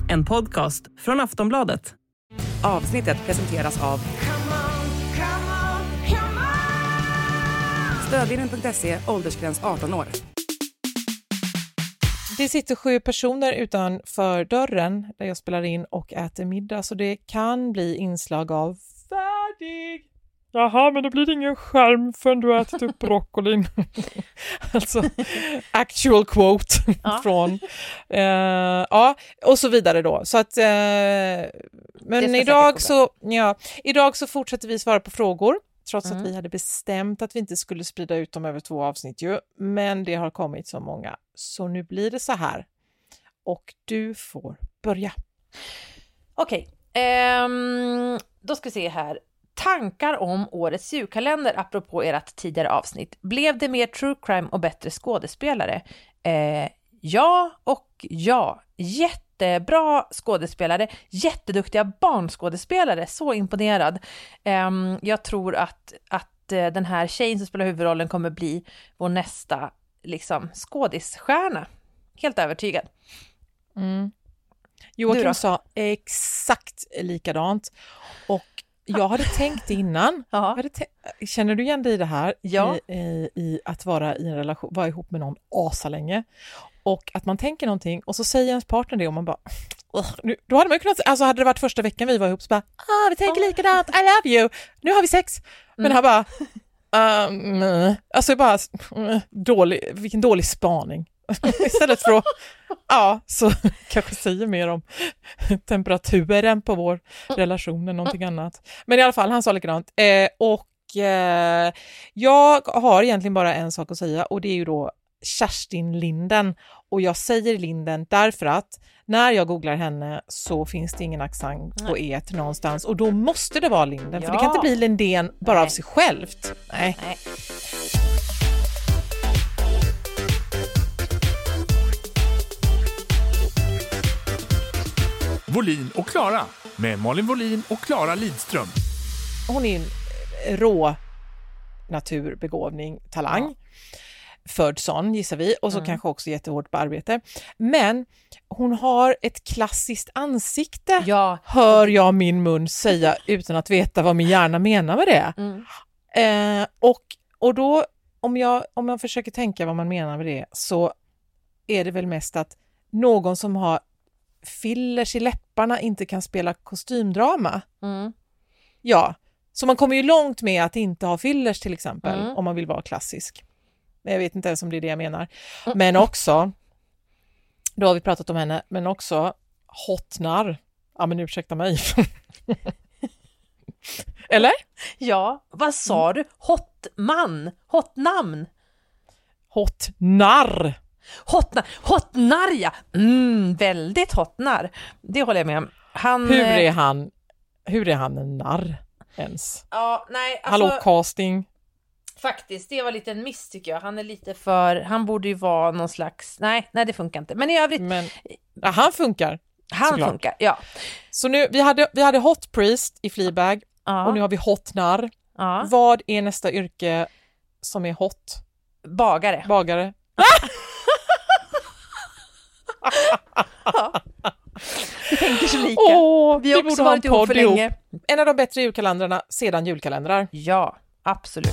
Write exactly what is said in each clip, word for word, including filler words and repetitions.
En podcast från Aftonbladet. Avsnittet presenteras av Stödlinjen punkt se, åldersgräns arton år. Det sitter sju personer utanför dörren där jag spelar in och äter middag, så det kan bli inslag av färdig. Jaha, men då blir det ingen skärm förrän du har ätit upp broccolin. Alltså, actual quote ja. från... Uh, ja, och så vidare då. Så att... Uh, men idag så, ja, idag så fortsätter vi svara på frågor. Trots mm. att vi hade bestämt att vi inte skulle sprida ut dem över två avsnitt ju. Men det har kommit så många. Så nu blir det så här. Och du får börja. Okej. Okay. Um, då ska vi se här. Tankar om årets julkalender apropå ert tidigare avsnitt. Blev det mer true crime och bättre skådespelare? Eh, ja och ja. Jättebra skådespelare. Jätteduktiga barnskådespelare. Så imponerad. Eh, jag tror att, att den här tjejen som spelar huvudrollen kommer bli vår nästa liksom, skådisstjärna. Helt övertygad. Mm. Joakim sa exakt likadant. Och jag hade tänkt innan. Hade t- känner du igen dig i det här? Ja. I, i, I att vara i en relation, vara ihop med någon asa länge. Och att man tänker någonting och så säger ens partner det och man bara... Nu, då hade man ju kunnat... Alltså hade det varit första veckan vi var ihop så bara... Ah, vi tänker likadant, I love you. Nu har vi sex. Men mm. han bara... Um, alltså bara... Dålig, vilken dålig spaning. Istället för att... Ja, så kanske säger mer om temperaturen på vår relation än någonting annat. Men i alla fall, han sa likadant. Eh, och eh, jag har egentligen bara en sak att säga och det är ju då Kerstin Linden. Och jag säger Linden därför att när jag googlar henne så finns det ingen accent på et någonstans. Och då måste det vara Linden, ja. För det kan inte bli Lindén bara Nej. Av sig självt. Nej. Nej. Volin och Klara med Malin Volin och Klara Lidström. Hon är en rå naturbegåvning, talang. Ja. Född sån, gissar vi. Och så mm. kanske också jättehårt på arbete. Men hon har ett klassiskt ansikte. Ja. Hör jag min mun säga utan att veta vad min hjärna menar med det. Mm. Eh, och, och då, om jag, om jag försöker tänka vad man menar med det, så är det väl mest att någon som har fillers i läpparna inte kan spela kostymdrama. Mm. Ja, så man kommer ju långt med att inte ha fillers till exempel, mm. om man vill vara klassisk. Jag vet inte ens om det är det jag menar. Mm. Men också, då har vi pratat om henne, men också hotnar. Ja, men ursäkta mig. Eller? Ja, vad sa du? Hotman, hotnamn. Hotnar. Hotnar, hotnar ja. Mm, väldigt hotnar. Det håller jag med om. Han, hur är han? Hur är han en narr ens? Ja, nej, alltså, hallå casting. Faktiskt, det var lite en miss tycker jag. Han är lite för, han borde ju vara någon slags, nej, nej det funkar inte. Men i övrigt. Men, ja, han funkar. Han såklart. funkar, ja. Så nu, vi hade, vi hade hot priest i Fleabag ja. och nu har vi hotnar. Ja. Vad är nästa yrke som är hot? Bagare. Bagare. Ja. Vi tänker så lika. Åh, vi har också varit ihop för länge. Ihop. En av de bättre julkalendrarna sedan julkalendrar. Ja, absolut.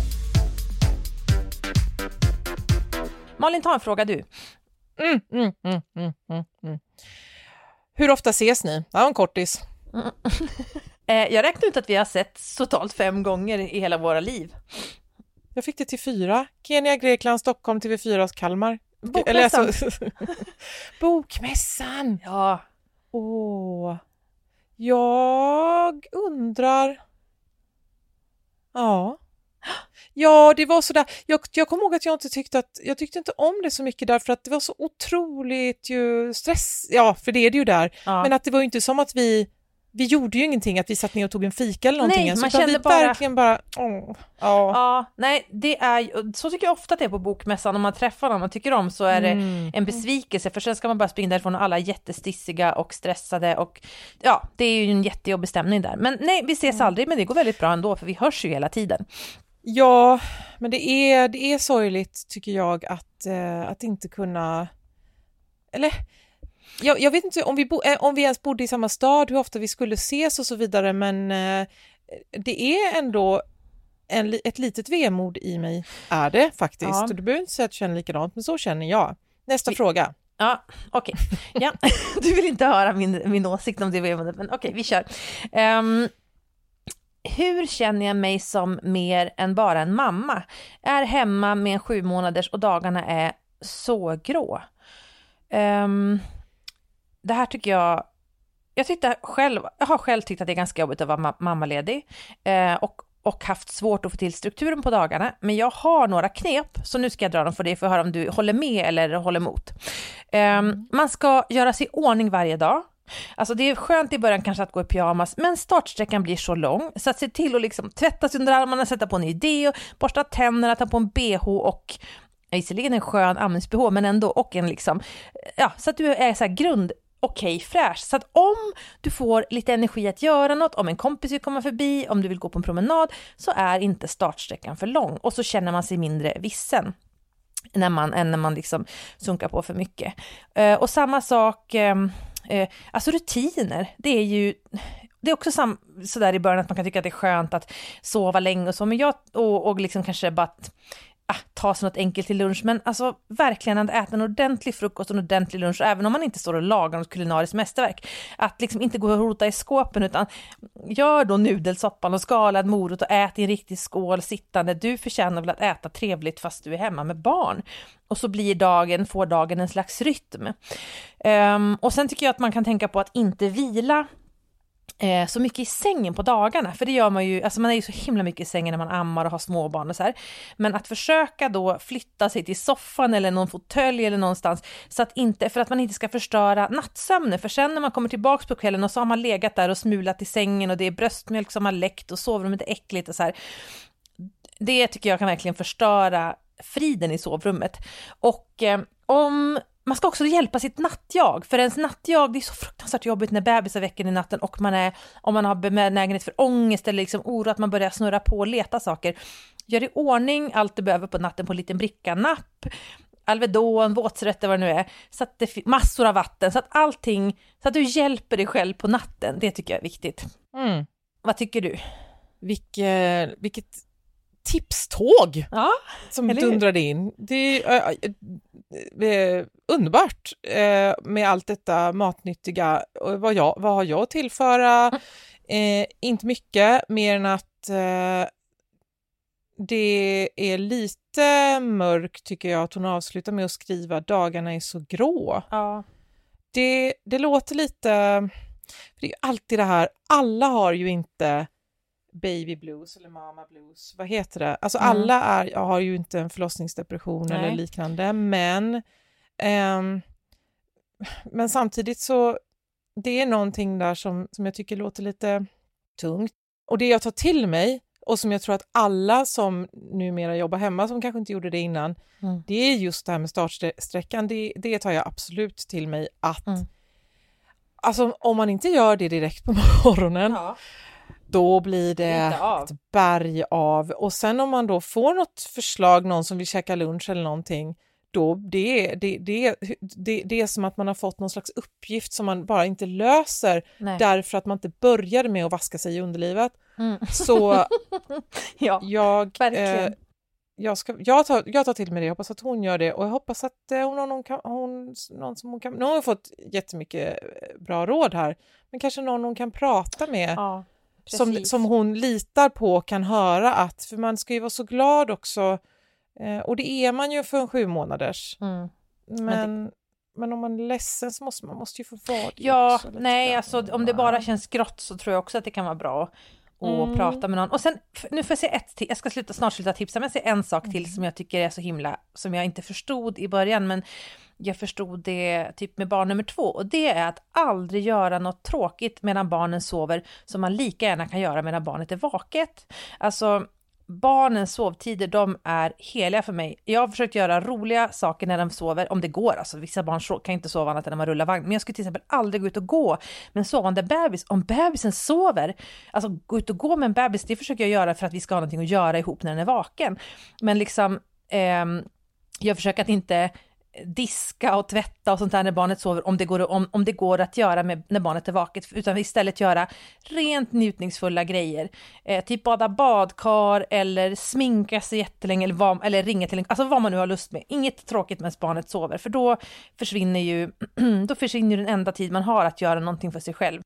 Malin, ta en fråga du. Mm, mm, mm, mm, mm. Hur ofta ses ni? Ja, en kortis. Mm. Jag räknar ut att vi har sett totalt fem gånger i hela våra liv. Jag fick det till fyra. Kenya, Grekland, Stockholm, T V fyra, Kalmar. Bokmässan. Alltså, Bokmässan. Ja. Åh. Jag undrar. Ja. Ja, det var sådär. Jag, jag kommer ihåg att jag inte tyckte att jag tyckte inte om det så mycket därför att det var så otroligt ju stress. Ja, för det är det ju där. Ja. Men att det var ju inte som att vi vi gjorde ju ingenting att vi satt ner och tog en fika eller någonting. Nej, ens, man kände vi bara... verkligen bara... Oh, ja. ja, nej, det är... Så tycker jag ofta att det är på bokmässan. Om man träffar någon man tycker om så är det mm. en besvikelse. För sen ska man bara springa därifrån och alla är jättestissiga och stressade. Och ja, det är ju en jättejobbig stämning där. Men nej, vi ses mm. aldrig, men det går väldigt bra ändå. För vi hörs ju hela tiden. Ja, men det är, det är sorgligt tycker jag att, eh, att inte kunna... Eller... Jag, jag vet inte om vi, bo, om vi ens bodde i samma stad, hur ofta vi skulle ses och så vidare, men eh, det är ändå en, ett litet vemod i mig, är det faktiskt. Ja. Och du behöver inte säga att du känner likadant, men så känner jag. Nästa vi, fråga. Ja, okej. Okay. Ja. Du vill inte höra min, min åsikt om det vemodet, men okej, okay, vi kör. Um, hur känner jag mig som mer än bara en mamma? Är hemma med en sju månaders och dagarna är så grå. Um, det här tycker jag jag tyckte själv jag har själv tyckt att det är ganska jobbigt att vara ma- mammaledig uh, och, och haft svårt att få till strukturen på dagarna, men jag har några knep, så nu ska jag dra dem för dig för att höra om du håller med eller håller emot. Um, man ska göra sig i ordning varje dag. Alltså det är skönt i början kanske att gå i pyjamas, men startsträckan blir så lång så att se till att liksom tvätta sig under armarna, sätta på en idé, borsta tänderna, ta på en B H och visserligen en skön amnings-B H, men ändå och en liksom, ja, så att du är så här grund okej, okay, fräsch. Så att om du får lite energi att göra något, om en kompis vill komma förbi, om du vill gå på en promenad, så är inte startsträckan för lång och så känner man sig mindre vissen när man, än när man liksom sunkar på för mycket. Uh, och samma sak, um, uh, alltså rutiner, det är ju det är också sam, sådär i början att man kan tycka att det är skönt att sova länge och så, men jag, och, och liksom kanske bara att Ah, ta sig något enkelt till lunch, men alltså verkligen att äta en ordentlig frukost och en ordentlig lunch, även om man inte står och lagar något kulinariskt mästerverk, att liksom inte gå och rota i skåpen, utan gör då nudelsoppan och skalad morot och ät i en riktig skål sittande. Du förtjänar väl att äta trevligt fast du är hemma med barn, och så blir dagen, får dagen en slags rytm. Um, och sen tycker jag att man kan tänka på att inte vila Eh, så mycket i sängen på dagarna, för det gör man ju, alltså man är ju så himla mycket i sängen när man ammar och har småbarn och så här, men att försöka då flytta sig till soffan eller någon fåtölj eller någonstans, så att inte, för att man inte ska förstöra nattsömnen, för sen när man kommer tillbaks på kvällen och så har man legat där och smulat i sängen och det är bröstmjölk som har läckt och sovrummet är äckligt och så här, det tycker jag kan verkligen förstöra friden i sovrummet. Och eh, om man ska också hjälpa sitt nattjag, för ens nattjag, det är så fruktansvärt jobbigt när bebisar väcker i natten och man är, om man har benägenhet för ångest eller liksom oro att man börjar snurra på och leta saker. Gör i ordning allt du behöver på natten på en liten bricka, napp, Alvedon, våtservetter, vad det nu är, så att det massor av vatten, så att allting, så att du hjälper dig själv på natten, det tycker jag är viktigt. Mm. Vad tycker du? Vilke, vilket tipståg ja, som dundrade in. Det är äh, äh, underbart äh, med allt detta matnyttiga. Och vad, jag, vad har jag att tillföra? Äh, inte mycket, mer än att äh, det är lite mörkt tycker jag att hon avslutar med att skriva dagarna är så grå. Ja. Det, det låter lite, för det är alltid det här, alla har ju inte baby blues eller mama blues, vad heter det? Alltså mm. alla är, jag har ju inte en förlossningsdepression Nej. eller liknande, men ähm, men samtidigt så det är någonting där som, som jag tycker låter lite tungt. Och det jag tar till mig, och som jag tror att alla som numera jobbar hemma som kanske inte gjorde det innan, mm. det är just det här med startsträckan, det, det tar jag absolut till mig att mm. alltså om man inte gör det direkt på morgonen ja. Då blir det ett berg av. Och sen om man då får något förslag, någon som vill käka lunch eller någonting, då det, det, det, det, det är som att man har fått någon slags uppgift som man bara inte löser Nej. Därför att man inte började med att vaska sig i underlivet. Mm. Så ja, jag, eh, jag, ska, jag, tar, jag tar till mig det. Jag hoppas att hon gör det. Och jag hoppas att eh, hon har någon, kan, hon, någon som hon kan... Nu har hon fått jättemycket bra råd här. Men kanske någon hon kan prata med. Ja. Som, som hon litar på kan höra att, för man ska ju vara så glad också eh, och det är man ju för en sju månaders mm. men, men, det... men om man är ledsen så måste man måste ju få vara det ja, också, nej alltså om det bara känns grått så tror jag också att det kan vara bra att mm. prata med någon. Och sen, nu får jag säga ett till, jag ska sluta, snart sluta tipsa, men jag säger en sak till mm. som jag tycker är så himla, som jag inte förstod i början, men jag förstod det typ med barn nummer två, och det är att aldrig göra något tråkigt medan barnen sover som man lika gärna kan göra medan barnet är vaket. Alltså barnens sovtider, de är heliga för mig. Jag har försökt göra roliga saker när de sover, om det går. Alltså vissa barn kan inte sova annat än när man rullar vagn, men jag skulle till exempel aldrig gå ut och gå med en sovande bebis. Om bebisen sover, alltså gå ut och gå med en bebis, det försöker jag göra för att vi ska ha någonting att göra ihop när den är vaken. Men liksom, eh, jag försöker att inte diska och tvätta och sånt där när barnet sover, om det går, om, om det går att göra med, när barnet är vaket, utan istället göra rent njutningsfulla grejer. Eh, typ bada badkar eller sminka sig jättelänge eller, vad, eller ringa till en, alltså vad man nu har lust med. Inget tråkigt medan barnet sover, för då försvinner ju då försvinner den enda tid man har att göra någonting för sig själv.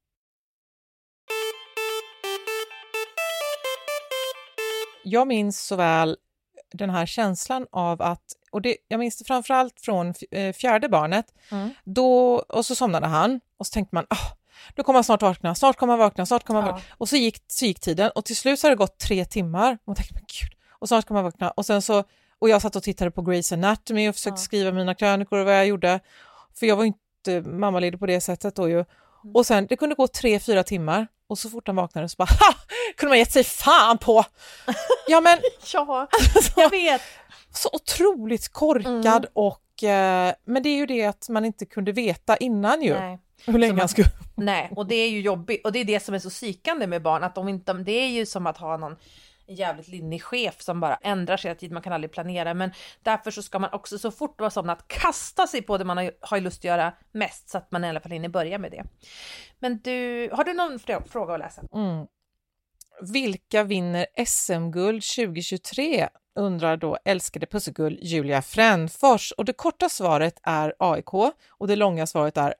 Jag minns så väl den här känslan av att, och det, jag minns det framförallt från fjärde barnet, mm. då, och så somnade han och så tänkte man, oh, då kommer han snart vakna, snart kommer han vakna, snart kommer han vakna. Ja. Och så gick, så gick tiden och till slut så har det gått tre timmar och man tänkte, men gud, och snart kommer han vakna. Och sen så, och jag satt och tittade på Grey's Anatomy och försökte ja. skriva mina krönikor och vad jag gjorde, för jag var inte mammaledig på det sättet då ju. Mm. Och sen, det kunde gå tre, fyra timmar. Och så fort han vaknade så bara, ha! Kunde man gett sig fan på. Ja, men... ja, jag vet. Så otroligt korkad mm. och... Eh, men det är ju det att man inte kunde veta innan ju. Nej. Hur länge man, han skulle... Nej, och det är ju jobbigt. Och det är det som är så psykande med barn. Att de inte, det är ju som att ha någon jävligt linnig chef som bara ändrar sig hela tiden. Man kan aldrig planera. Men därför så ska man också så fort vara som att kasta sig på det man har, har lust att göra mest. Så att man i alla fall hinner börja med det. Men du, har du någon fråga att läsa? Mm. Vilka vinner S M-guld tjugohundratjugotre? Undrar då älskade pussegull Julia Fränfors. Och det korta svaret är A I K och det långa svaret är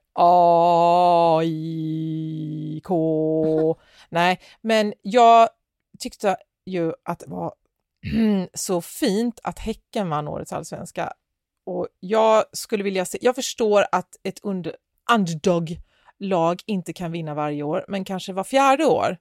A I K. Nej, men jag tyckte ju att det var så fint att Häcken vann årets allsvenska. Och jag skulle vilja se, jag förstår att ett under, underdog-lag inte kan vinna varje år, men kanske var fjärde år.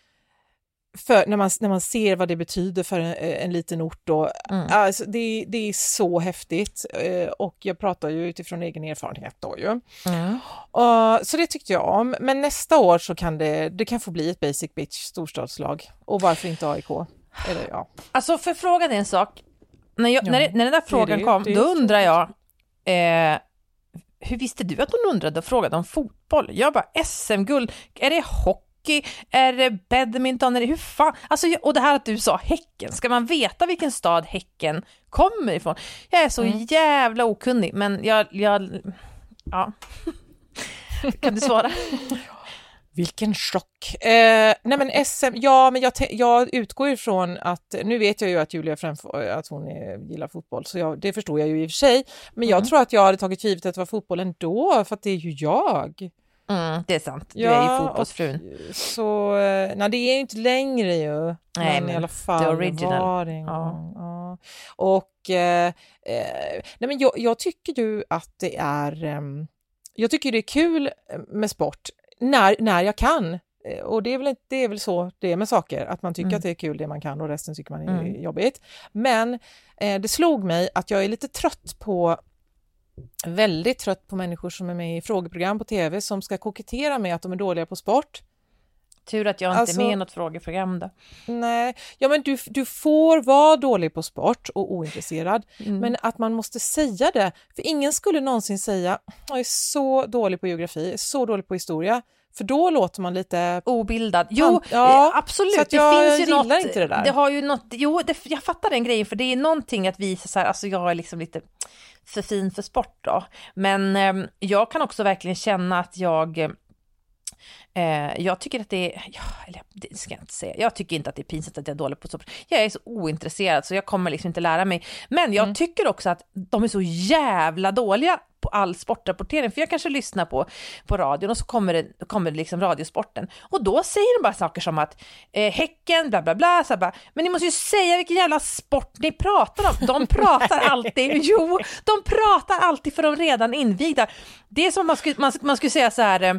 För när man, när man ser vad det betyder för en, en liten ort då, mm. alltså det, det är så häftigt, och jag pratar ju utifrån egen erfarenhet då ju. Mm. Uh, så det tyckte jag om, men nästa år så kan det, det kan få bli ett basic bitch storstadslag, och varför inte A I K? Eller, ja. Alltså för frågan är en sak, när, jag, ja. när, när den där frågan det, kom, det, då undrar jag eh, hur visste du att hon undrade och frågade om fotboll? Jag bara, S M-guld, är det hockey? Är det badminton? Är det hur fan? Alltså, och det här att du sa Häcken. Ska man veta vilken stad Häcken kommer ifrån? Jag är så mm. jävla okunnig. Men jag... jag ja. Kan du svara? Vilken chock. Eh, nej men S M... Ja, men jag, jag utgår ifrån att... Nu vet jag ju att Julia Fränfors, att hon är, gillar fotboll. Så jag, det förstår jag ju i och för sig. Men mm. jag tror att jag hade tagit givet att det var fotboll ändå. För att det är ju jag. Mm, det är sant. Du ja, är ju fotbollsfrun. Så, nej, det är ju inte längre ju. Nej, men, men i alla fall. The original. Var det en gång. Ja. Ja. Och eh, nej, men jag, jag tycker ju att det är eh, jag tycker det är kul med sport när, när jag kan. Och det är, väl, det är väl så det är med saker. Att man tycker mm. att det är kul det man kan och resten tycker man är mm. jobbigt. Men eh, det slog mig att jag är lite trött på väldigt trött på människor som är med i frågeprogram på tv som ska kokettera med att de är dåliga på sport. Tur att jag inte alltså, är med i något frågeprogram då. Nej, ja men du, du får vara dålig på sport och ointresserad. Mm. Men att man måste säga det. För ingen skulle någonsin säga jag är så dålig på geografi, är så dålig på historia. För då låter man lite obildad. Jo, ja, absolut. Så att det jag finns ju något, inte det där. Det har ju något, jo, det, jag fattar den grejen, för det är någonting att visa så här, alltså jag är liksom lite för fin för sport då. Men eh, jag kan också verkligen känna att jag eh, jag tycker att det är, ja, eller det ska jag inte säga. Jag tycker inte att det är pinsamt att jag är dålig på sport. Jag är så ointresserad så jag kommer liksom inte lära mig. Men jag mm. tycker också att de är så jävla dåliga på all sportrapportering, för jag kanske lyssnar på, på radion och så kommer det, kommer det liksom radiosporten och då säger de bara saker som att eh, Häcken bla bla bla, så bara, men ni måste ju säga vilken jävla sport ni pratar om. De pratar alltid, jo, de pratar alltid för de redan invigda. Det är som man skulle, man, man skulle säga så här eh,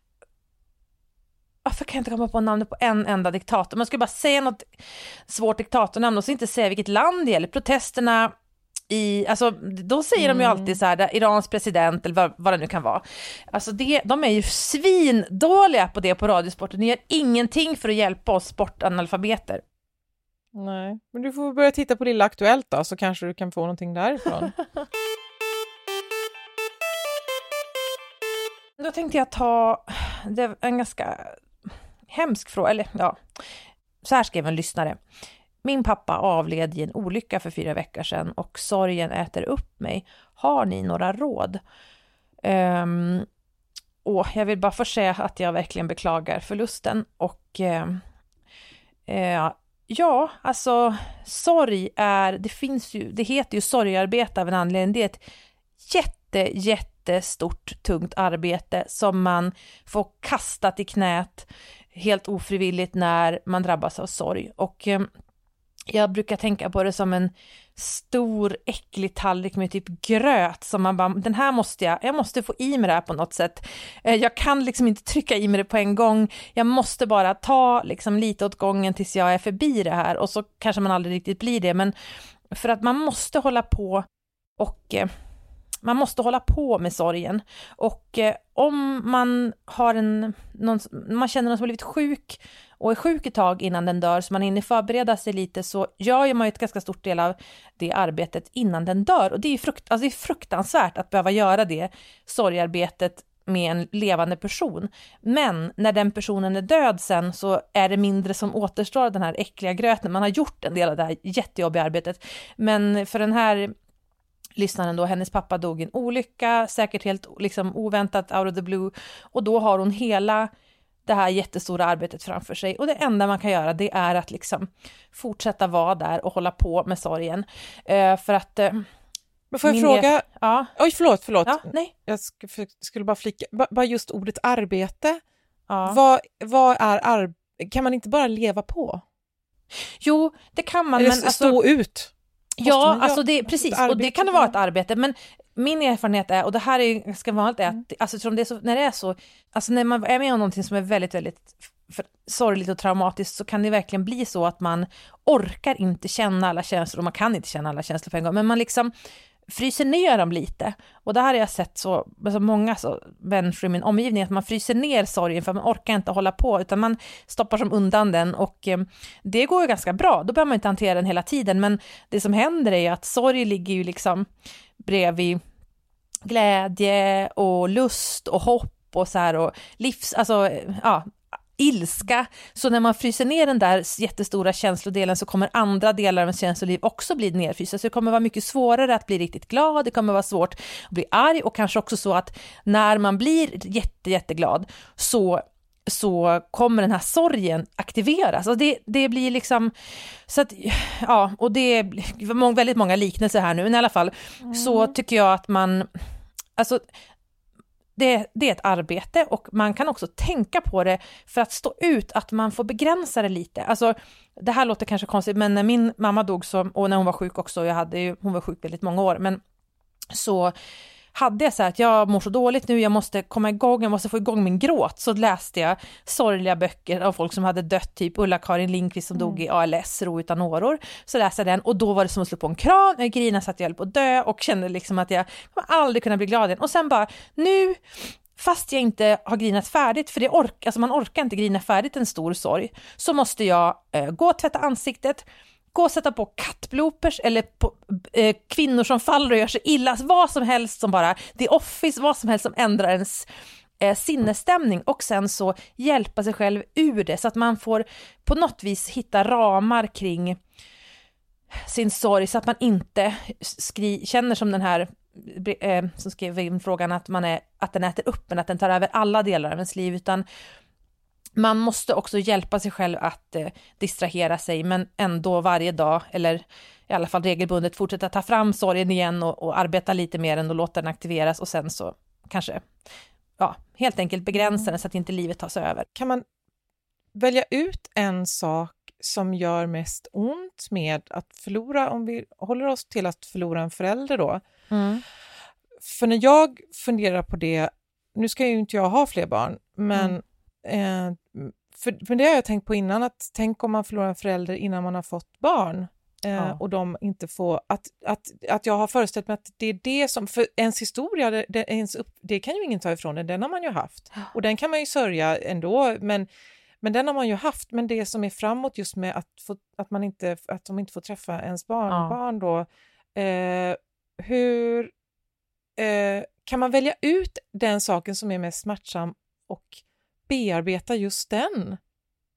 varför kan jag inte komma på namnet på en enda diktator? Man skulle bara säga något svårt diktatornamn och så inte säga vilket land det gäller. Protesterna i, alltså, då säger mm. de ju alltid så här, där, Irans president eller vad, vad det nu kan vara. Alltså det, de är ju svindåliga på det på radiosporten. Ni gör ingenting för att hjälpa oss sportanalfabeter. Nej, men du får börja titta på Lilla Aktuellt då, så kanske du kan få någonting därifrån. Då tänkte jag ta det är en ganska hemsk fråga, eller ja, så här skrev en lyssnare. Min pappa avled i en olycka för fyra veckor sedan och sorgen äter upp mig. Har ni några råd? Um, och jag vill bara först säga att jag verkligen beklagar förlusten. Och uh, uh, ja, alltså sorg är, det finns ju, det heter ju sorgarbete av en anledning. Det är ett jätte, jättestort, tungt arbete som man får kastat i knät helt ofrivilligt när man drabbas av sorg. Och uh, jag brukar tänka på det som en stor äcklig tallrik med typ gröt som man bara, den här måste jag, jag måste få i mig det här på något sätt. Jag kan liksom inte trycka i mig det på en gång. Jag måste bara ta liksom lite åt gången tills jag är förbi det här, och så kanske man aldrig riktigt blir det, men för att man måste hålla på och man måste hålla på med sorgen. Och eh, om man har en någon, man känner någon som har blivit sjuk och är sjuk ett tag innan den dör, så man hinner förbereda sig lite, så gör man ju ett ganska stort del av det arbetet innan den dör. Och det är, frukt, alltså det är fruktansvärt att behöva göra det sorgarbetet med en levande person. Men när den personen är död sen, så är det mindre som återstår av den här äckliga gröten. Man har gjort en del av det här jättejobbiga arbetet. Men för den här lyssnaren då, hennes pappa dog i en olycka, säkert helt liksom oväntat, out of the blue, och då har hon hela det här jättestora arbetet framför sig, och det enda man kan göra, det är att liksom fortsätta vara där och hålla på med sorgen. Uh, för att uh, men får jag fråga? Er... Ja. Oj, förlåt, förlåt. Ja, nej. Jag sk- skulle bara flika, B- bara just ordet arbete. Ja. Vad, vad är ar- kan man inte bara leva på? Jo, det kan man. Eller men stå alltså... ut? Ja, alltså det, precis, och det kan det vara ett arbete, men min erfarenhet är, och det här är ganska vanligt, är att mm. alltså, det är så, när det är så, alltså när man är med om någonting som är väldigt, väldigt för, sorgligt och traumatiskt, så kan det verkligen bli så att man orkar inte känna alla känslor, och man kan inte känna alla känslor på en gång, men man liksom fryser ner dem lite. Och det här har jag sett så, så många så, människor i min omgivning, att man fryser ner sorgen för man orkar inte hålla på, utan man stoppar som undan den, och eh, det går ju ganska bra. Då behöver man inte hantera den hela tiden, men det som händer är ju att sorg ligger ju liksom bredvid glädje och lust och hopp och så här, och livs, alltså ja, ilska. Så när man fryser ner den där jättestora känslodelen, så kommer andra delar av ens känsloliv också bli nedfrysta. Så det kommer vara mycket svårare att bli riktigt glad, det kommer vara svårt att bli arg, och kanske också så att när man blir jätte, jätteglad, så så kommer den här sorgen aktiveras. Och det, det blir liksom så att, ja, och det är väldigt många liknelser här nu, men i alla fall mm. så tycker jag att man, alltså Det, det är ett arbete, och man kan också tänka på det för att stå ut, att man får begränsa det lite. Alltså, det här låter kanske konstigt, men när min mamma dog, så, och när hon var sjuk också, jag hade ju, hon var sjuk väldigt många år, men så hade jag så här att jag mår så dåligt nu, jag måste komma igång, jag måste få igång min gråt. Så läste jag sorgliga böcker av folk som hade dött, typ Ulla-Karin Lindqvist som mm. dog i A L S, ro utan åror. Så läste jag den, och då var det som att slå på en kran, jag grinade så att jag höll på att dö, och kände liksom att jag aldrig kunna bli glad igen. Och sen bara, nu, fast jag inte har grinat färdigt, för det ork, alltså man orkar inte grina färdigt en stor sorg, så måste jag eh, gå och tvätta ansiktet, gå och sätta på kattbloopers eller på eh, kvinnor som faller och gör sig illa, alltså vad som helst som bara, The Office, vad som helst som ändrar ens eh, sinnesstämning, och sen så hjälpa sig själv ur det, så att man får på något vis hitta ramar kring sin sorg, så att man inte skri- känner som den här eh, som skrev in frågan, att, man är, att den äter upp en, att den tar över alla delar av ens liv, utan man måste också hjälpa sig själv att eh, distrahera sig, men ändå varje dag, eller i alla fall regelbundet, fortsätta ta fram sorgen igen och, och arbeta lite mer än att låta den aktiveras, och sen så kanske ja, helt enkelt begränsa den så att inte livet tas över. Kan man välja ut en sak som gör mest ont med att förlora, om vi håller oss till att förlora en förälder då? Mm. För när jag funderar på det, nu ska ju inte jag ha fler barn, men mm. Eh, för, för det har jag tänkt på innan, att tänk om man förlorar en förälder innan man har fått barn, eh, ja. och de inte får, att, att, att jag har föreställt mig att det är det som, för ens historia, det, det, ens upp, det kan ju ingen ta ifrån den, den har man ju haft, och den kan man ju sörja ändå, men, men den har man ju haft, men det som är framåt just med att, få, att, man inte, att de inte får träffa ens barn, ja. barn då, eh, hur eh, kan man välja ut den saken som är mest smärtsam och bearbeta just den?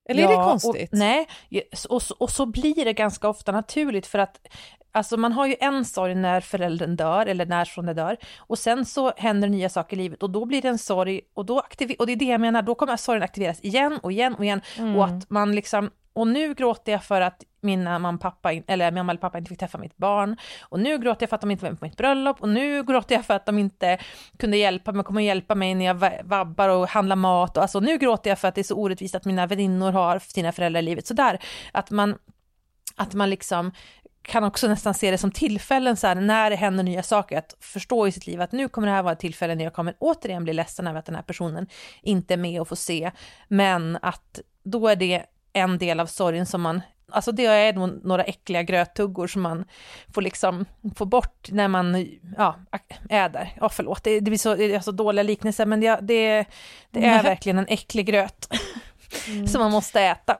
Eller är det konstigt? Och, nej, och, och så blir det ganska ofta naturligt för att alltså man har ju en sorg när föräldern dör eller närstående dör och sen så händer nya saker i livet och då blir det en sorg och, då aktiver- och det är det jag menar, då kommer sorgen aktiveras igen och igen och igen mm. och att man liksom, och nu gråter jag för att mina mamma, pappa, eller mamma eller pappa inte fick träffa mitt barn och nu gråter jag för att de inte var med på mitt bröllop och nu gråter jag för att de inte kunde hjälpa mig, kommer hjälpa mig när jag vabbar och handlar mat och alltså nu gråter jag för att det är så orättvist att mina väninnor har sina föräldrar i livet, så där att man, att man liksom kan också nästan se det som tillfällen så här, när det händer nya saker, att förstå i sitt liv att nu kommer det här vara ett tillfälle när jag kommer återigen bli ledsen över att den här personen inte är med och får se, men att då är det en del av sorgen som man, alltså det är några äckliga gröttuggor som man får liksom få bort när man ja, är där. Ja, förlåt, det, det blir så, det är så dåliga liknelser, men det, det, det är verkligen en äcklig gröt mm. som man måste äta.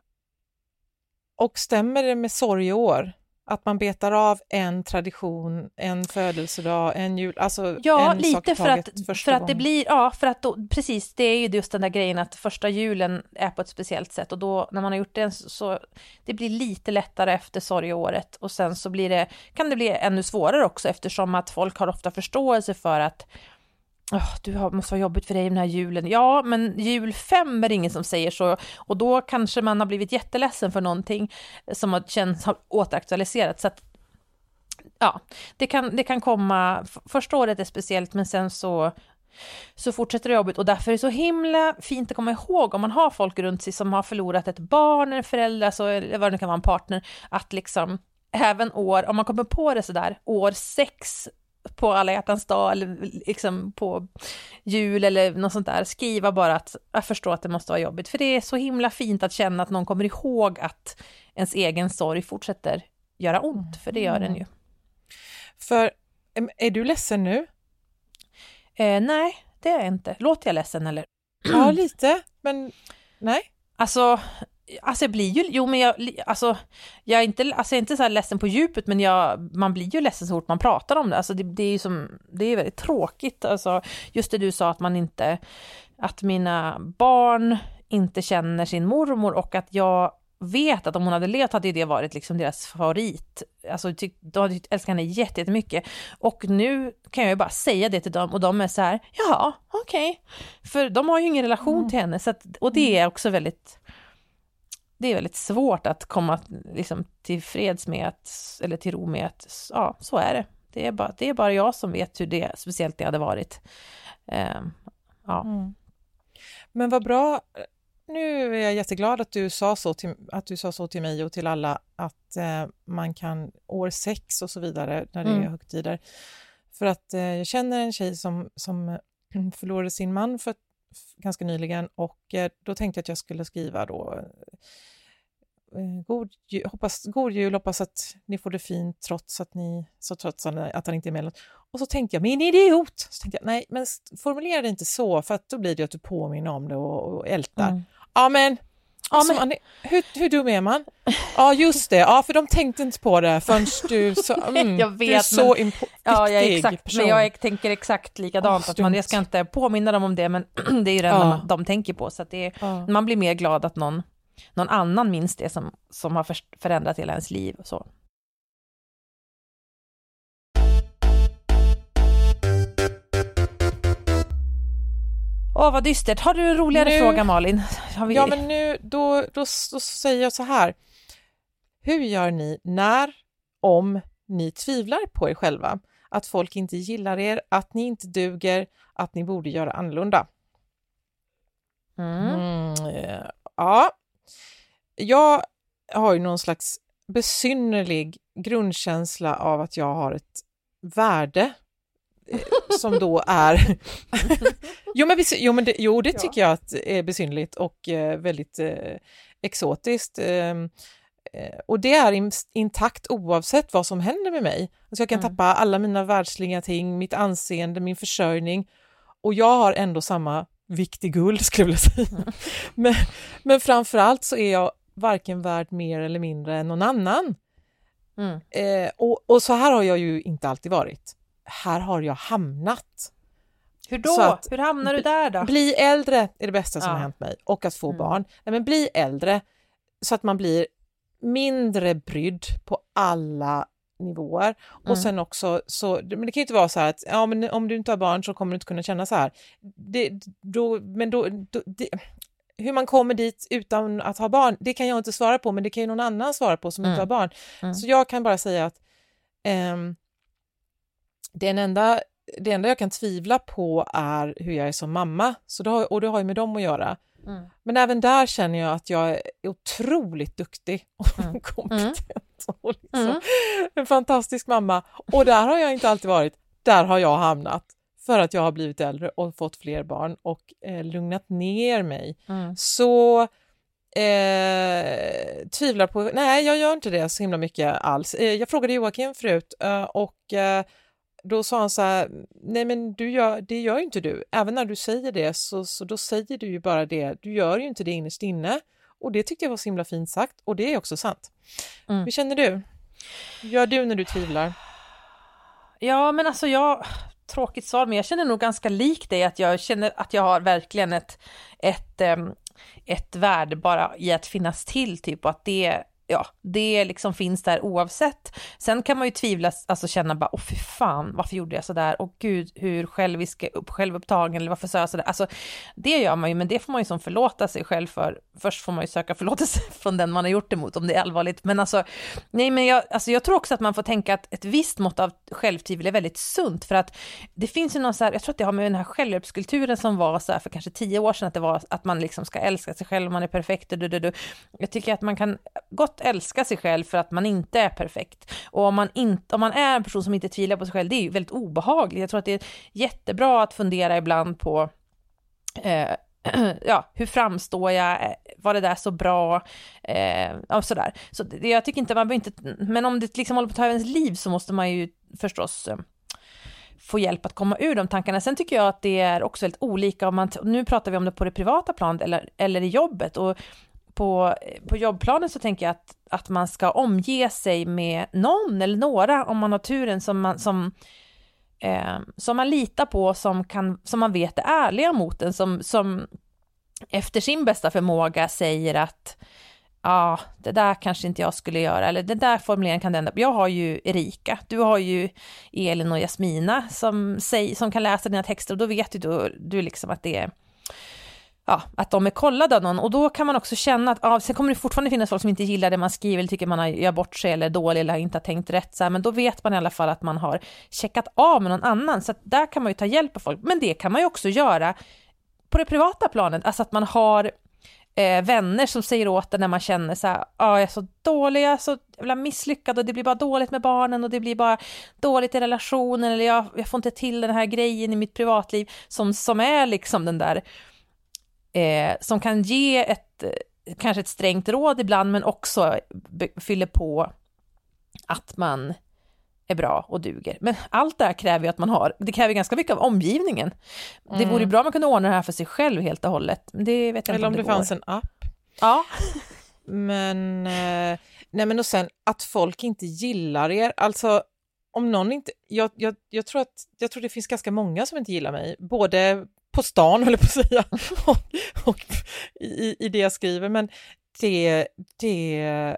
Och stämmer det med sorgeår? Att man betar av en tradition, en födelsedag, en jul, alltså ja, en lite för att, för att gång. det blir, ja, för att då, precis, det är ju just den där grejen att första julen är på ett speciellt sätt och då när man har gjort det så det blir lite lättare efter sorgeåret och sen så blir det, kan det bli ännu svårare också eftersom att folk har ofta förståelse för att oh, du har, måste vara jobbigt för dig den här julen. Ja, men jul fem är det ingen som säger så. Och då kanske man har blivit jätteledsen för någonting som har känts har återaktualiserat. Så att, ja, det kan, det kan komma, första året är speciellt men sen så, så fortsätter det jobbigt. Och därför är det så himla fint att komma ihåg om man har folk runt sig som har förlorat ett barn eller föräldrar, så, eller vad det nu kan vara, en partner, att liksom även år, om man kommer på det så där, år sex på alla hjärtans dag eller liksom på jul eller något sånt där, skriva bara att jag förstår att det måste vara jobbigt, för det är så himla fint att känna att någon kommer ihåg att ens egen sorg fortsätter göra ont, för det gör den ju. För är du ledsen nu? Eh, nej, det är jag inte. Låter jag ledsen eller? Ja, lite, men nej. Alltså Alltså jag blir ju, jo men jag, alltså jag är inte, alltså jag är inte så här ledsen på djupet, men jag, man blir ju ledsen så fort man pratar om det. Alltså det, det är ju som, det är väldigt tråkigt. Alltså just det du sa att man inte, att mina barn inte känner sin mormor och att jag vet att om hon hade levt hade det varit liksom deras favorit. Alltså tyck, de hade älskat henne jättemycket. Och nu kan jag ju bara säga det till dem och de är så här, ja, okej. Okay. För de har ju ingen relation mm. till henne. Så att, och det är också väldigt... Det är väldigt svårt att komma liksom till freds med att, eller till ro med att ja, så är det. Det är bara, det är bara jag som vet hur det, speciellt det hade varit. Um, ja. Mm. Men vad bra. Nu är jag jätteglad att du sa så till, att du sa så till mig och till alla att eh, man kan år sex och så vidare när det mm. är högtider. För att eh, jag känner en tjej som, som förlorade sin man för ganska nyligen och eh, då tänkte jag att jag skulle skriva då eh, god, jul, hoppas, god jul, hoppas att ni får det fint trots att ni så trots att han inte är med. Och så tänkte jag, men idiot! Så tänkte jag, nej, men formulera det inte så, för att då blir det att du påminner om det och, och ältar. Mm. Ja, men, ja, alltså, men... Man, hur, hur dum är man? Ja, just det. Ja, för de tänkte inte på det förrän du så, mm, jag vet, du är så men, impo- ja, jag är exakt, person. Men jag tänker exakt likadant. Oh, att man, jag ska inte påminna dem om det, men det är ju det ja. de, de tänker på. Så att det är, ja. Man blir mer glad att någon, någon annan minns det som, som har förändrat hela ens liv. Och så. Åh, vad dystert. Har du en roligare nu, fråga, Malin? Har vi... Ja, men nu då, då, då säger jag så här. Hur gör ni när, om ni tvivlar på er själva? Att folk inte gillar er, att ni inte duger, att ni borde göra annorlunda? Mm. Mm, ja. Jag har ju någon slags besynnerlig grundkänsla av att jag har ett värde som då är jo, men, jo, men det, jo, det tycker ja. jag att är besynnerligt och eh, väldigt eh, exotiskt eh, och det är in, intakt oavsett vad som händer med mig. Alltså jag kan mm. tappa alla mina världsliga ting, mitt anseende, min försörjning, och jag har ändå samma vikt i guld, skulle jag vilja säga. Mm. men, men framförallt så är jag varken värd mer eller mindre än någon annan. Mm. Eh, och, och så här har jag ju inte alltid varit. Här har jag hamnat. Hur då? Så att, Hur hamnar du där då? Bli äldre är det bästa som Ja. har hänt mig. Och att få Mm. barn. Nej, men bli äldre så att man blir mindre brydd på alla nivåer. Och Mm. sen också, så, men det kan ju inte vara så här att ja, men om du inte har barn så kommer du inte kunna känna så här. Det, då, men då, då, det, hur man kommer dit utan att ha barn, det kan jag inte svara på, men det kan ju någon annan svara på som Mm. inte har barn. Mm. Så jag kan bara säga att ehm, den enda, det enda jag kan tvivla på är hur jag är som mamma. Så det har, och det har ju med dem att göra. Mm. Men även där känner jag att jag är otroligt duktig och Mm. kompetent. Och liksom Mm. en fantastisk mamma. Och där har jag inte alltid varit. Där har jag hamnat. För att jag har blivit äldre och fått fler barn och eh, lugnat ner mig. Mm. Så eh, tvivlar på... Nej, jag gör inte det så himla mycket alls. Eh, jag frågade Joakim förut eh, och eh, då sa han så här, nej men du gör, det gör ju inte du. Även när du säger det så, så då säger du ju bara det. Du gör ju inte det innerst inne. Och det tyckte jag var så himla fint sagt. Och det är också sant. Mm. Hur känner du? Hur gör du när du tvivlar? Ja, men alltså jag... Tråkigt svar, men jag känner nog ganska lik dig, att jag känner att jag har verkligen ett, ett, um, ett värde bara i att finnas till, typ, och att det, ja, det liksom finns där oavsett. Sen kan man ju tvivla, alltså känna bara, åh fy fan, varför gjorde jag sådär? Och gud, hur självisk, upp, självupptagen, eller varför sa jag sådär? Alltså, det gör man ju, men det får man ju som förlåta sig själv för. Först får man ju söka förlåtelse från den man har gjort det mot, om det är allvarligt. Men alltså, nej, men jag, alltså jag tror också att man får tänka att ett visst mått av självtvivel är väldigt sunt, för att det finns ju någon så här, jag tror att det har med den här självhjälpskulturen som var så här för kanske tio år sedan, att det var att man liksom ska älska sig själv, man är perfekt. Du, du, du. Jag tycker att man kan gott älska sig själv för att man inte är perfekt. Och om man, inte, om man är en person som inte tvivlar på sig själv, det är ju väldigt obehagligt. Jag tror att det är jättebra att fundera ibland på eh, ja, hur framstår jag, var det där så bra, eh, och sådär. Så det, jag tycker inte, man behöver inte, men om det liksom håller på att ta ens liv så måste man ju förstås eh, få hjälp att komma ur de tankarna. Sen tycker jag att det är också väldigt olika om man, nu pratar vi om det på det privata planet eller, eller i jobbet, och på, på jobbplanen så tänker jag att, att man ska omge sig med någon eller några, om man har turen, som man, som Eh, som man litar på, som, kan, som man vet är ärliga mot en, som, som efter sin bästa förmåga säger att ja, ah, det där kanske inte jag skulle göra, eller det där formuleringen kan den. Jag har ju Erika, du har ju Elin och Jasmina som, säg, som kan läsa dina texter, och då vet du, du liksom att det är, ja, att de är kollade av någon, och då kan man också känna att ja, sen kommer det fortfarande finnas folk som inte gillar det man skriver, eller tycker man har gör bort sig eller är dålig eller inte har tänkt rätt, så här, men då vet man i alla fall att man har checkat av med någon annan, så att där kan man ju ta hjälp av folk. Men det kan man ju också göra på det privata planet, alltså att man har eh, vänner som säger åt en när man känner så här, ja, jag är så dålig, jag är så jävla misslyckad, och det blir bara dåligt med barnen, och det blir bara dåligt i relationen, eller jag, jag får inte till den här grejen i mitt privatliv, som, som är liksom den där Eh, som kan ge ett kanske ett strängt råd ibland, men också be- fyller på att man är bra och duger. Men allt det här kräver ju att man har, det kräver ganska mycket av omgivningen. Mm. Det vore ju bra om man kunde ordna det här för sig själv helt och hållet. Men det vet jag Eller inte om, om det, det fanns en app. Ja. Men, eh, nej men och sen att folk inte gillar er, alltså om någon inte, jag, jag, jag, tror att, jag tror det finns ganska många som inte gillar mig, både på stan, höll jag på att säga, och, och i, i det jag skriver, men det, det,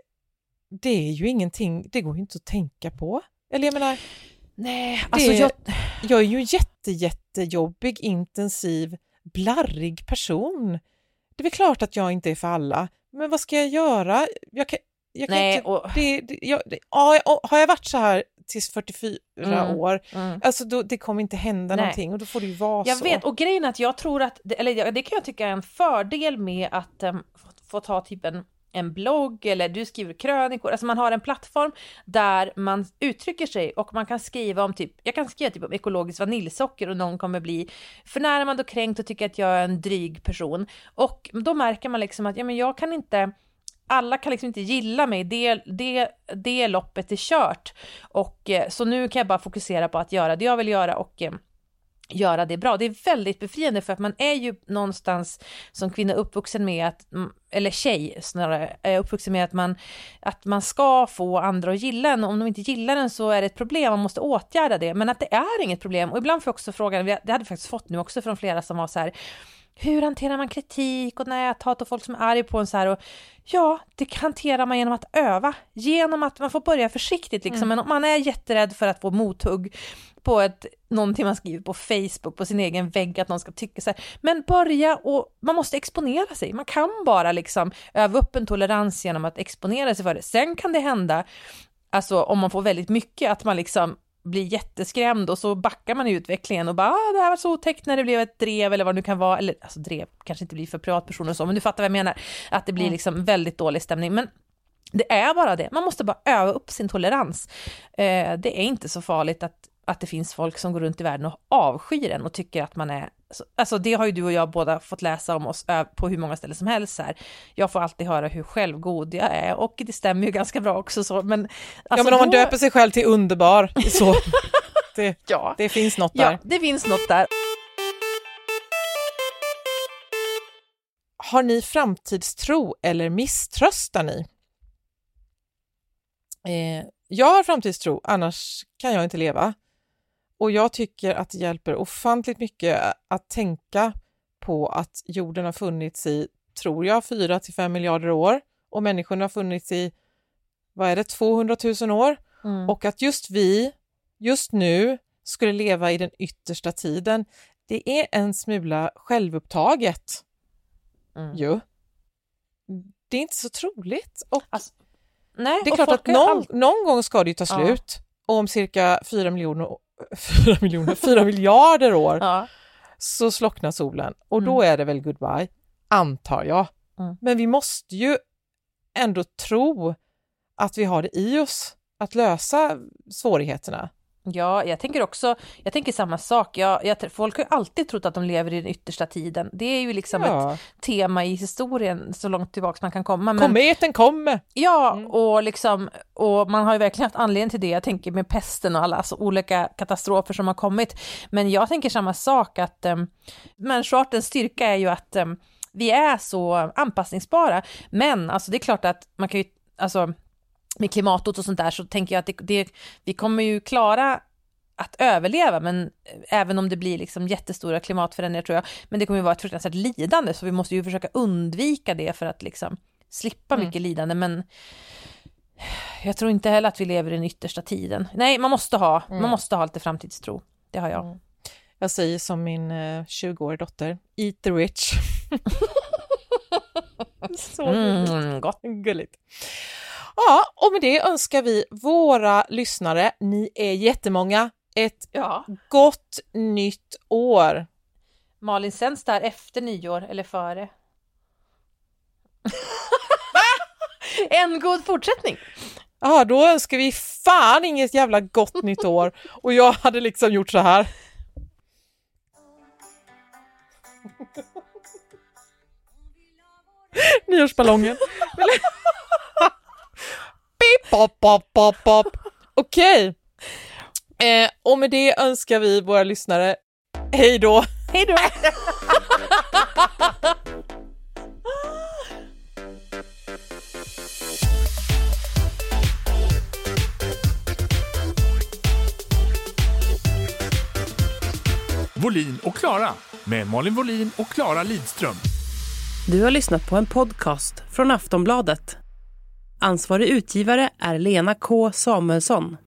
det är ju ingenting, det går ju inte att tänka på. Eller jag menar, nej, alltså det, jag... jag är ju jätte, jättejobbig, intensiv, blarrig person. Det är väl klart att jag inte är för alla, men vad ska jag göra? Jag kan, jag kan nej, inte, och... det, det, jag, det, ja, har jag varit så här tills fyrtiofyra mm, år, mm. alltså då, det kommer inte hända nej. någonting, och då får det ju vara jag så. Jag vet, och grejen är att jag tror att, det, eller det kan jag tycka är en fördel med att um, få, få ta typ en, en blogg, eller du skriver krönikor, alltså man har en plattform där man uttrycker sig, och man kan skriva om typ, jag kan skriva typ om ekologiskt vaniljsocker, och någon kommer bli förnärmad och kränkt och tycker att jag är en dryg person, och då märker man liksom att ja, men jag kan inte, alla kan liksom inte gilla mig, det, det, det loppet är kört, och så nu kan jag bara fokusera på att göra det jag vill göra, och göra det bra. Det är väldigt befriande för att man är ju någonstans som kvinna uppvuxen med att, eller tjej snarare, är uppvuxen med att man, att man ska få andra att gilla en. Om de inte gillar den så är det ett problem, man måste åtgärda det. Men att det är inget problem. Och ibland får jag också frågan, det hade jag faktiskt fått nu också från flera som var så här: hur hanterar man kritik och näthat och folk som är arg på en så här? Och ja, det hanterar man genom att öva. Genom att man får börja försiktigt liksom. Mm. Men om man är jätterädd för att få mothugg på ett, någonting man skriver på Facebook, på sin egen vägg, att någon ska tycka så här. Men börja, och man måste exponera sig. Man kan bara liksom öva upp en tolerans genom att exponera sig för det. Sen kan det hända, alltså om man får väldigt mycket, att man liksom blir jätteskrämd och så backar man i utvecklingen och bara, ah, det här var så otäckt när det blev ett drev eller vad det nu kan vara, eller alltså drev kanske inte blir för privatpersoner och så, men du fattar vad jag menar, att det blir mm. liksom väldigt dålig stämning. Men det är bara det, man måste bara öva upp sin tolerans. Eh, det är inte så farligt att, att det finns folk som går runt i världen och avskyr en och tycker att man är, alltså det har ju du och jag båda fått läsa om oss på hur många ställen som helst här. Jag får alltid höra hur självgod jag är, och det stämmer ju ganska bra också så, men alltså ja, men om man då... döper sig själv till underbar så det, ja. det finns något där. Ja, det finns något där. Har ni framtidstro eller misströstar ni? Eh, jag har framtidstro, annars kan jag inte leva. Och jag tycker att det hjälper ofantligt mycket att tänka på att jorden har funnits i, tror jag, fyra till fem miljarder år. Och människorna har funnits i, vad är det, tvåhundratusen år. Mm. Och att just vi, just nu, skulle leva i den yttersta tiden. Det är en smula självupptaget. Mm. Jo. Det är inte så troligt. Och alltså, nej, det är och klart att någon, all... någon gång ska det ju ta slut. Ja. Och om cirka fyra miljoner fyra miljoner, fyra miljarder år ja. Så slocknar solen. Och då mm. är det väl goodbye, antar jag. Mm. Men vi måste ju ändå tro att vi har det i oss att lösa svårigheterna. Ja, jag tänker också, jag tänker samma sak. Jag, jag, folk har ju alltid trott att de lever i den yttersta tiden. Det är ju liksom ja. ett tema i historien så långt tillbaka man kan komma. Men, kometen kommer! Ja, mm. och, liksom, och man har ju verkligen haft anledning till det. Jag tänker med pesten och alla alltså, olika katastrofer som har kommit. Men jag tänker samma sak, att um, människoartens styrka är ju att um, vi är så anpassningsbara. Men alltså, det är klart att man kan ju... Alltså, med klimathot och sånt där, så tänker jag att det, det, vi kommer ju klara att överleva, men även om det blir liksom jättestora klimatförändringar tror jag, men det kommer ju vara ett fruktansvärt lidande, så vi måste ju försöka undvika det för att liksom slippa mm. mycket lidande. Men jag tror inte heller att vi lever i den yttersta tiden. Nej, man måste ha, mm. man måste ha lite framtidstro. Det har jag. Mm. Jag säger som min uh, tjugoåriga dotter, eat the rich. Så mm, gott. Gulligt. Ja, och med det önskar vi våra lyssnare, ni är jättemånga, ett ja. gott nytt år. Malin, sänds där efter nyår eller före? En god fortsättning. Ja, då önskar vi fan inget jävla gott nytt år. Och jag hade liksom gjort så här. Nyårsballongen. Pop, pop, pop, pop. Okej. Eh, och med det önskar vi våra lyssnare hej då. Hej då. Volin och Klara med Malin Volin och Klara Lidström. Du har lyssnat på en podcast från Aftonbladet. Ansvarig utgivare är Lena K. Samuelsson.